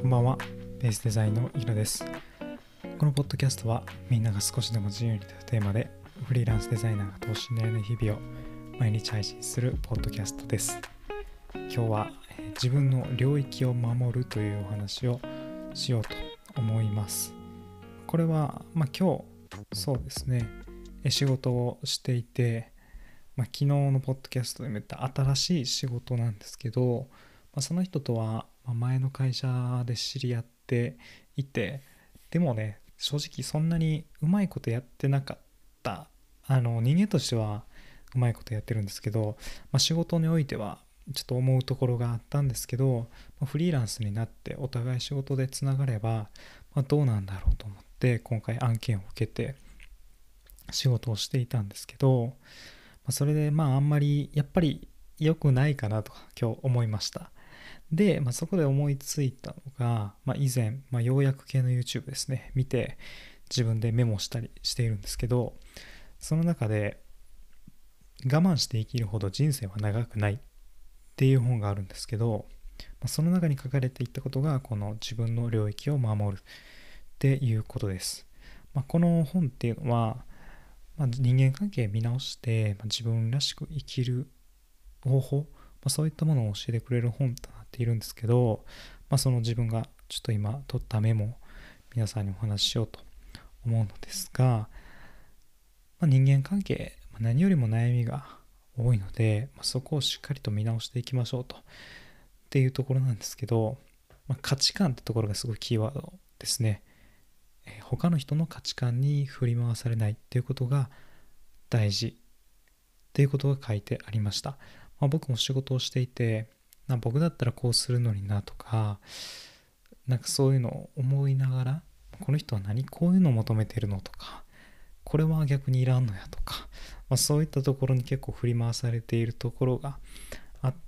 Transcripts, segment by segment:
んばんは。ベースデザインのイラです。このポッドキャストはみんなが少しでも自由にというテーマでフリーランスデザイナーが等身大の日々を毎日配信するポッドキャストです。今日は自分の領域を守るというお話をしようと思います。これは今日そうですね、仕事をしていて、昨日のポッドキャストでも言った新しい仕事なんですけど、その人とは前の会社で知り合っていて、でもね、正直そんなにうまいことやってなかった。人間としてはうまいことやってるんですけど、仕事においてはちょっと思うところがあったんですけど、フリーランスになってお互い仕事でつながれば、どうなんだろうと思って今回案件を受けて仕事をしていたんですけど、それであんまりやっぱり良くないかなと今日思いました。で、そこで思いついたのが、以前、要約系の YouTube ですね、見て自分でメモしたりしているんですけど、その中で我慢して生きるほど人生は長くないっていう本があるんですけど、その中に書かれていったことがこの自分の領域を守るっていうことです。この本っていうのは、人間関係見直して、自分らしく生きる方法、そういったものを教えてくれる本となっているんですけど、その自分がちょっと今取ったメモを皆さんにお話ししようと思うのですが、人間関係、何よりも悩みが多いので、そこをしっかりと見直していきましょうとっていうところなんですけど、価値観ってところがすごいキーワードですね。他の人の価値観に振り回されないっていうことが大事っていうことが書いてありました。僕も仕事をしていて、僕だったらこうするのになとか、そういうのを思いながら、この人はこういうのを求めてるのとか、これは逆にいらんのやとか、そういったところに結構振り回されているところがあって、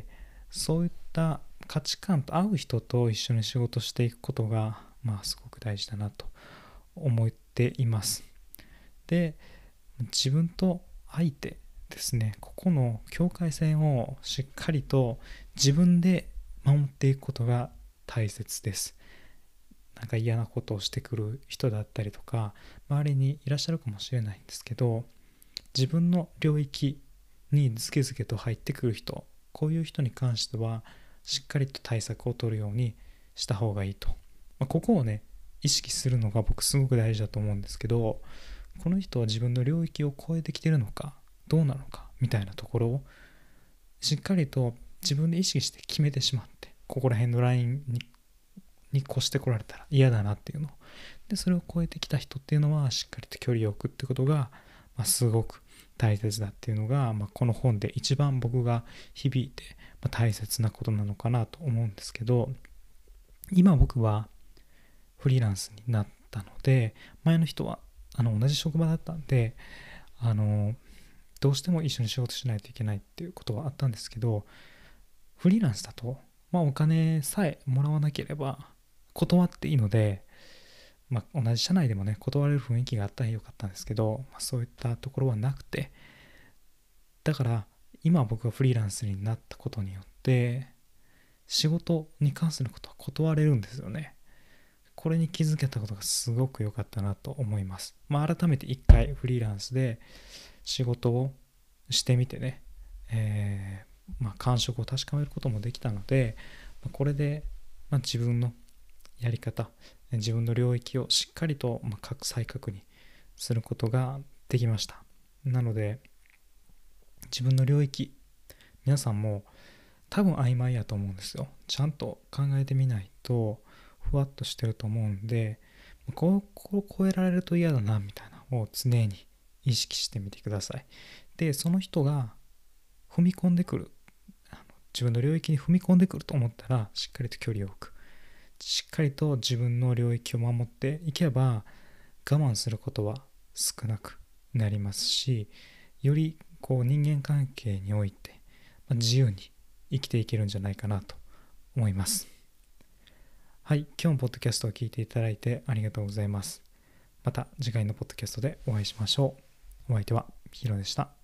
そういった価値観と合う人と一緒に仕事していくことがすごく大事だなと思っています。で、自分と相手ですね、ここの境界線をしっかりと自分で守っていくことが大切です。嫌なことをしてくる人だったりとか周りにいらっしゃるかもしれないんですけど、自分の領域にズケズケと入ってくる人、こういう人に関してはしっかりと対策を取るようにした方がいいと、ここをね意識するのが僕すごく大事だと思うんですけど、この人は自分の領域を超えてきてるのかどうなのかみたいなところをしっかりと自分で意識して決めてしまって、ここら辺のラインに越してこられたら嫌だなっていうので、それを超えてきた人っていうのはしっかりと距離を置くってことが、すごく大切だっていうのが、この本で一番僕が響いて、大切なことなのかなと思うんですけど、今僕はフリーランスになったので、前の人は同じ職場だったんで、どうしても一緒に仕事しないといけないっていうことはあったんですけど、フリーランスだと、お金さえもらわなければ断っていいので、同じ社内でもね断れる雰囲気があったらよかったんですけど、そういったところはなくて、だから今僕がフリーランスになったことによって仕事に関することは断れるんですよね。これに気づけたことがすごく良かったなと思います。改めて一回フリーランスで仕事をしてみてね、感触を確かめることもできたので、これで自分のやり方、自分の領域をしっかりと再確認することができました。なので自分の領域、皆さんも多分曖昧やと思うんですよ。ちゃんと考えてみないとふわっとしてると思うんで、ここを超えられると嫌だなみたいなのを常に意識してみてください。で、その人が踏み込んでくる、自分の領域に踏み込んでくると思ったらしっかりと距離を置く、しっかりと自分の領域を守っていけば我慢することは少なくなりますし、より人間関係において自由に生きていけるんじゃないかなと思います。はい、今日もポッドキャストを聞いていただいてありがとうございます。また次回のポッドキャストでお会いしましょう。お相手はヒロでした。